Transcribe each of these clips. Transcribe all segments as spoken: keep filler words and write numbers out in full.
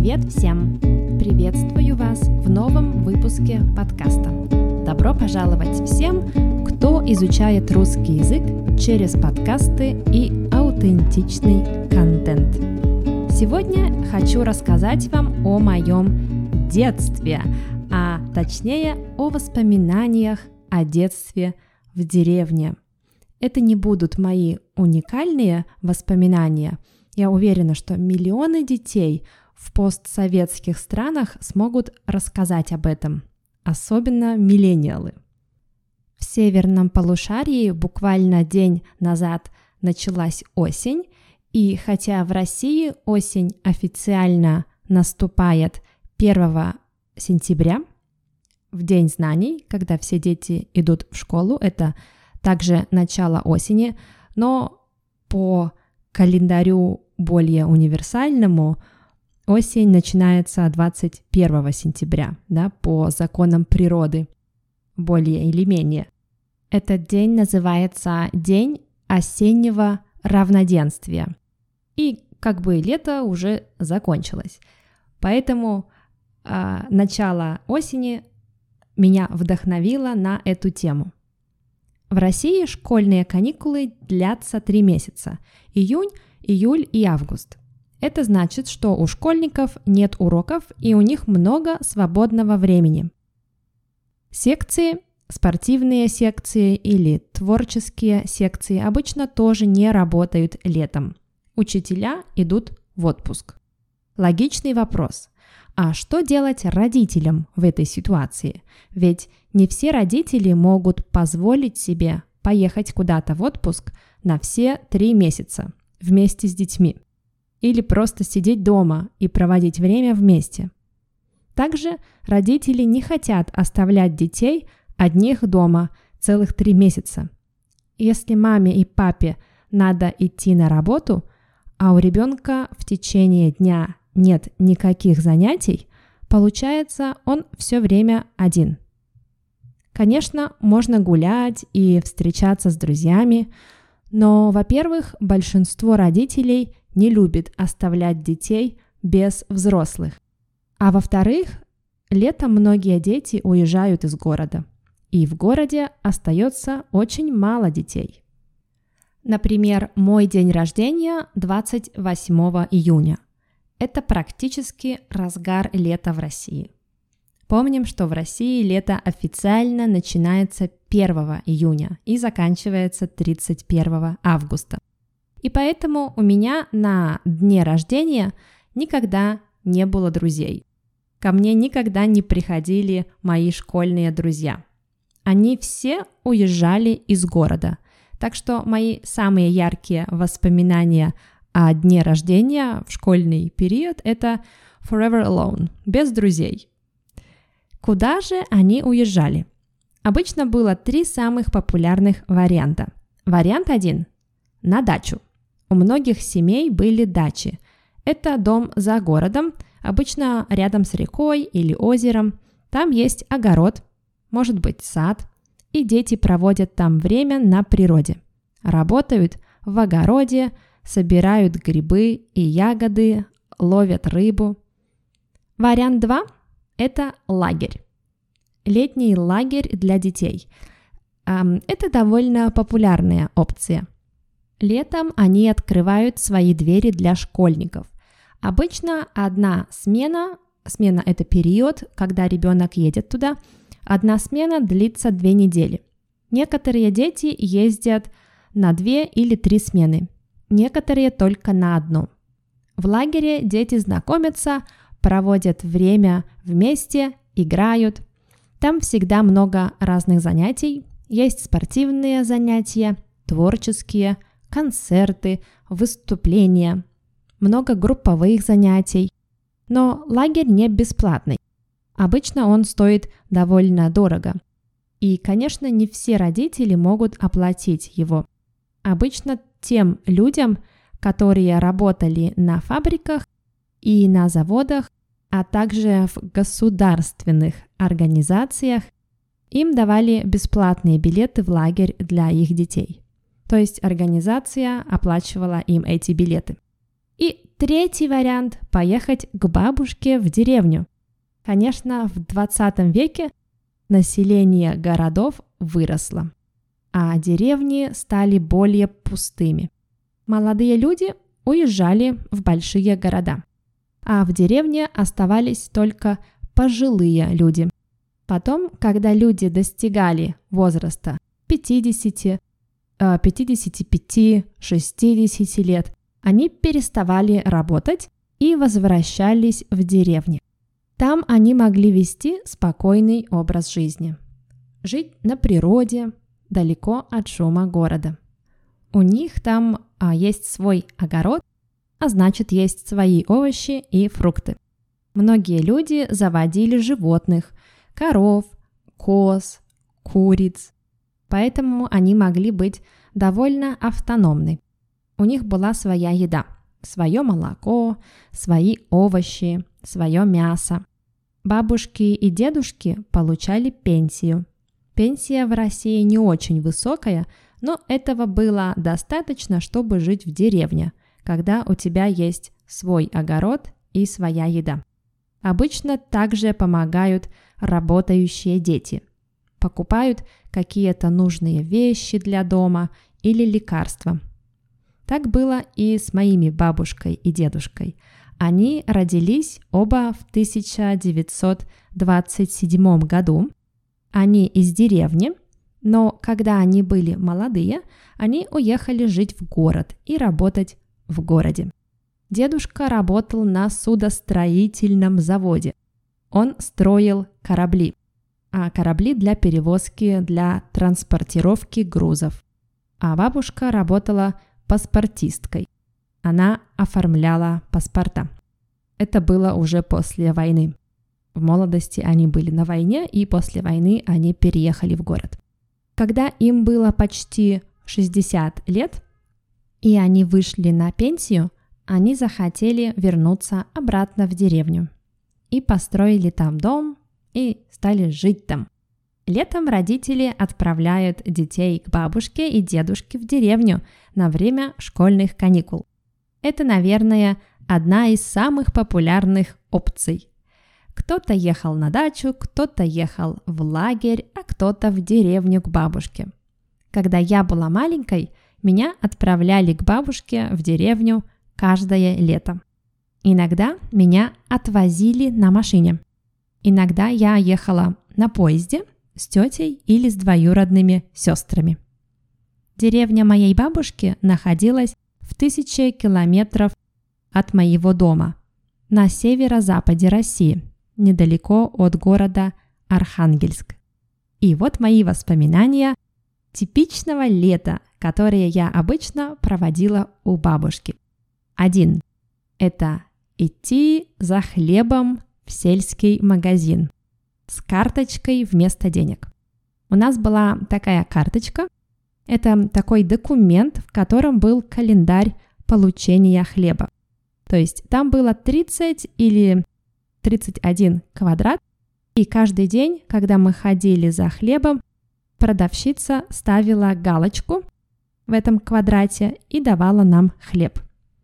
Привет всем! Приветствую вас в новом выпуске подкаста. Добро пожаловать всем, кто изучает русский язык через подкасты и аутентичный контент. Сегодня хочу рассказать вам о моем детстве, а точнее о воспоминаниях о детстве в деревне. Это не будут мои уникальные воспоминания. Я уверена, что миллионы детей в постсоветских странах смогут рассказать об этом, особенно миллениалы. В северном полушарии буквально день назад началась осень, и хотя в России осень официально наступает первого сентября, в День знаний, когда все дети идут в школу, это также начало осени, но по календарю более универсальному осень начинается двадцать первого сентября, да, по законам природы, более или менее. Этот день называется День осеннего равноденствия. И как бы лето уже закончилось. Поэтому э, начало осени меня вдохновило на эту тему. В России школьные каникулы длятся три месяца – июнь, июль и август. Это значит, что у школьников нет уроков и у них много свободного времени. Секции, спортивные секции или творческие секции обычно тоже не работают летом. Учителя идут в отпуск. Логичный вопрос. А что делать родителям в этой ситуации? Ведь не все родители могут позволить себе поехать куда-то в отпуск на все три месяца вместе с детьми. Или просто сидеть дома и проводить время вместе. Также родители не хотят оставлять детей одних дома целых три месяца. Если маме и папе надо идти на работу, а у ребенка в течение дня нет никаких занятий, получается, он все время один. Конечно, можно гулять и встречаться с друзьями, но, во-первых, большинство родителей не любит оставлять детей без взрослых. А во-вторых, летом многие дети уезжают из города, и в городе остается очень мало детей. Например, мой день рождения двадцать восьмого июня. Это практически разгар лета в России. Помним, что в России лето официально начинается первого июня и заканчивается тридцать первого августа. И поэтому у меня на дне рождения никогда не было друзей. Ко мне никогда не приходили мои школьные друзья. Они все уезжали из города. Так что мои самые яркие воспоминания о дне рождения в школьный период – это forever alone, без друзей. Куда же они уезжали? Обычно было три самых популярных варианта. Вариант один – на дачу. У многих семей были дачи. Это дом за городом, обычно рядом с рекой или озером. Там есть огород, может быть сад, и дети проводят там время на природе. Работают в огороде, собирают грибы и ягоды, ловят рыбу. Вариант два – это лагерь. Летний лагерь для детей. Это довольно популярная опция. Летом они открывают свои двери для школьников. Обычно одна смена, смена – это период, когда ребенок едет туда, одна смена длится две недели. Некоторые дети ездят на две или три смены, некоторые только на одну. В лагере дети знакомятся, проводят время вместе, играют. Там всегда много разных занятий. Есть спортивные занятия, творческие, концерты, выступления, много групповых занятий. Но лагерь не бесплатный. Обычно он стоит довольно дорого. И, конечно, не все родители могут оплатить его. Обычно тем людям, которые работали на фабриках и на заводах, а также в государственных организациях, им давали бесплатные билеты в лагерь для их детей. То есть организация оплачивала им эти билеты. И Третий вариант – поехать к бабушке в деревню. Конечно, в двадцатом веке население городов выросло, а деревни стали более пустыми. Молодые люди уезжали в большие города, а в деревне оставались только пожилые люди. Потом, когда люди достигали возраста пятидесяти, пятидесяти пяти, шестидесяти лет, они переставали работать и возвращались в деревни. Там они могли вести спокойный образ жизни, жить на природе, далеко от шума города. У них там а, есть свой огород, а значит, есть свои овощи и фрукты. Многие люди заводили животных – коров, коз, куриц. Поэтому они могли быть довольно автономны. У них была своя еда, свое молоко, свои овощи, свое мясо. Бабушки и дедушки получали пенсию. Пенсия в России не очень высокая, но этого было достаточно, чтобы жить в деревне, когда у тебя есть свой огород и своя еда. Обычно также помогают работающие дети. Покупают какие-то нужные вещи для дома или лекарства. Так было и с моими бабушкой и дедушкой. Они родились оба в тысяча девятьсот двадцать седьмом году. Они из деревни, но когда они были молодые, они уехали жить в город и работать в городе. Дедушка работал на судостроительном заводе. Он строил корабли, а корабли для перевозки, для транспортировки грузов. А бабушка работала паспортисткой. Она оформляла паспорта. Это было уже после войны. В молодости они были на войне, и после войны они переехали в город. Когда им было почти шестьдесят лет, и они вышли на пенсию, они захотели вернуться обратно в деревню. И построили там дом, и стали жить там. Летом родители отправляют детей к бабушке и дедушке в деревню на время школьных каникул. Это, наверное, одна из самых популярных опций. Кто-то ехал на дачу, кто-то ехал в лагерь, а кто-то в деревню к бабушке. Когда я была маленькой, меня отправляли к бабушке в деревню каждое лето. Иногда меня отвозили на машине. Иногда я ехала на поезде с тетей или с двоюродными сестрами. Деревня моей бабушки находилась в тысяче километров от моего дома на северо-западе России, недалеко от города Архангельск. И вот мои воспоминания типичного лета, которые я обычно проводила у бабушки. Один – это идти за хлебом в сельский магазин с карточкой вместо денег. У нас была такая карточка. Это такой документ, в котором был календарь получения хлеба. То есть там было тридцать или тридцать один квадрат, и каждый день, когда мы ходили за хлебом, продавщица ставила галочку в этом квадрате и давала нам хлеб.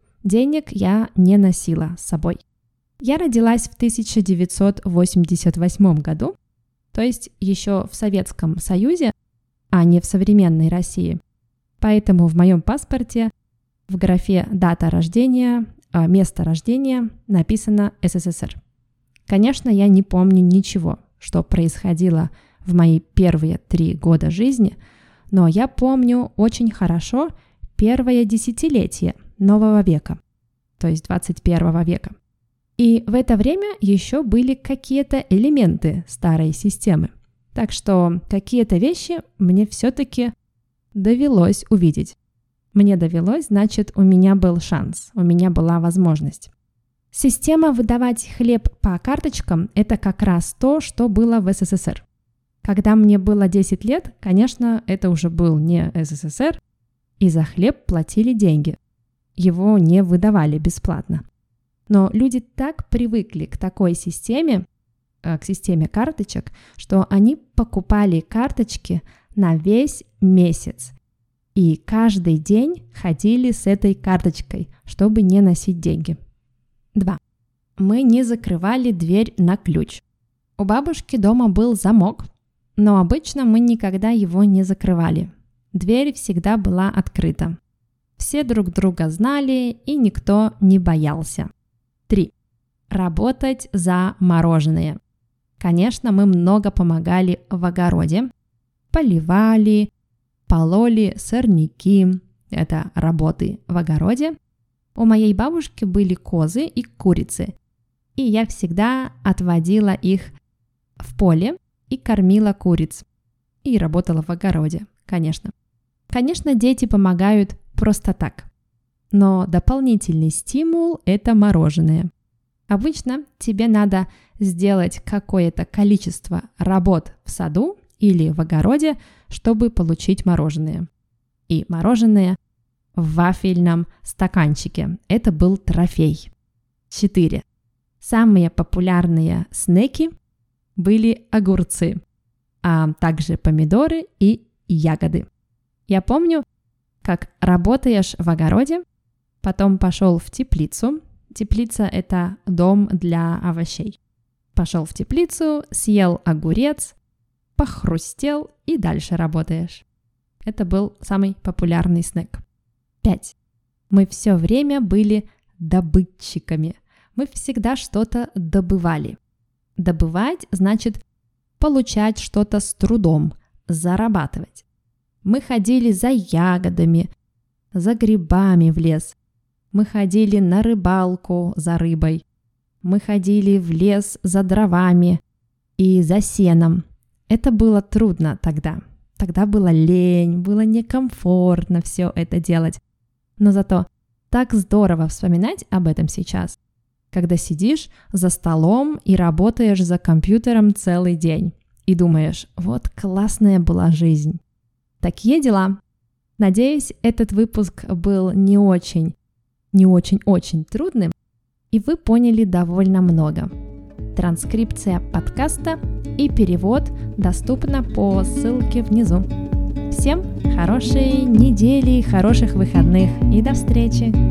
Денег я не носила с собой. Я родилась в тысяча девятьсот восемьдесят восьмом году, то есть еще в Советском Союзе, а не в современной России. Поэтому в моем паспорте в графе «Дата рождения», «Место рождения» написано СССР. Конечно, я не помню ничего, что происходило в мои первые три года жизни, но я помню очень хорошо первое десятилетие нового века, то есть двадцать первого века. И в это время еще были какие-то элементы старой системы. Так что какие-то вещи мне все-таки довелось увидеть. Мне довелось, значит, у меня был шанс, у меня была возможность. Система выдавать хлеб по карточкам – это как раз то, что было в СССР. Когда мне было десять лет, конечно, это уже был не СССР, и за хлеб платили деньги. Его не выдавали бесплатно. Но люди так привыкли к такой системе, к системе карточек, что они покупали карточки на весь месяц. И каждый день ходили с этой карточкой, чтобы не носить деньги. два. Мы не закрывали дверь на ключ. У бабушки дома был замок, но обычно мы никогда его не закрывали. Дверь всегда была открыта. Все друг друга знали, и никто не боялся. три. Работать за мороженое. Конечно, мы много помогали в огороде. Поливали, пололи сорняки. Это работы в огороде. У моей бабушки были козы и курицы. И я всегда отводила их в поле и кормила куриц. И работала в огороде, конечно. Конечно, дети помогают просто так. Но дополнительный стимул – это мороженое. Обычно тебе надо сделать какое-то количество работ в саду или в огороде, чтобы получить мороженое. И мороженое в вафельном стаканчике. Это был трофей. четыре. Самые популярные снеки были огурцы, а также помидоры и ягоды. Я помню, как работаешь в огороде, потом пошел в теплицу. Теплица – это дом для овощей. Пошел в теплицу, съел огурец, похрустел и дальше работаешь. Это был самый популярный снэк. пять. Мы все время были добытчиками. Мы всегда что-то добывали. Добывать значит получать что-то с трудом, зарабатывать. Мы ходили за ягодами, за грибами в лес. Мы ходили на рыбалку за рыбой. Мы ходили в лес за дровами и за сеном. Это было трудно тогда. Тогда было лень, было некомфортно все это делать. Но зато так здорово вспоминать об этом сейчас, когда сидишь за столом и работаешь за компьютером целый день и думаешь, вот классная была жизнь. Такие дела. Надеюсь, этот выпуск был не очень, не очень-очень трудным, и вы поняли довольно много. Транскрипция подкаста и перевод доступна по ссылке внизу. Всем хорошей недели, хороших выходных и до встречи!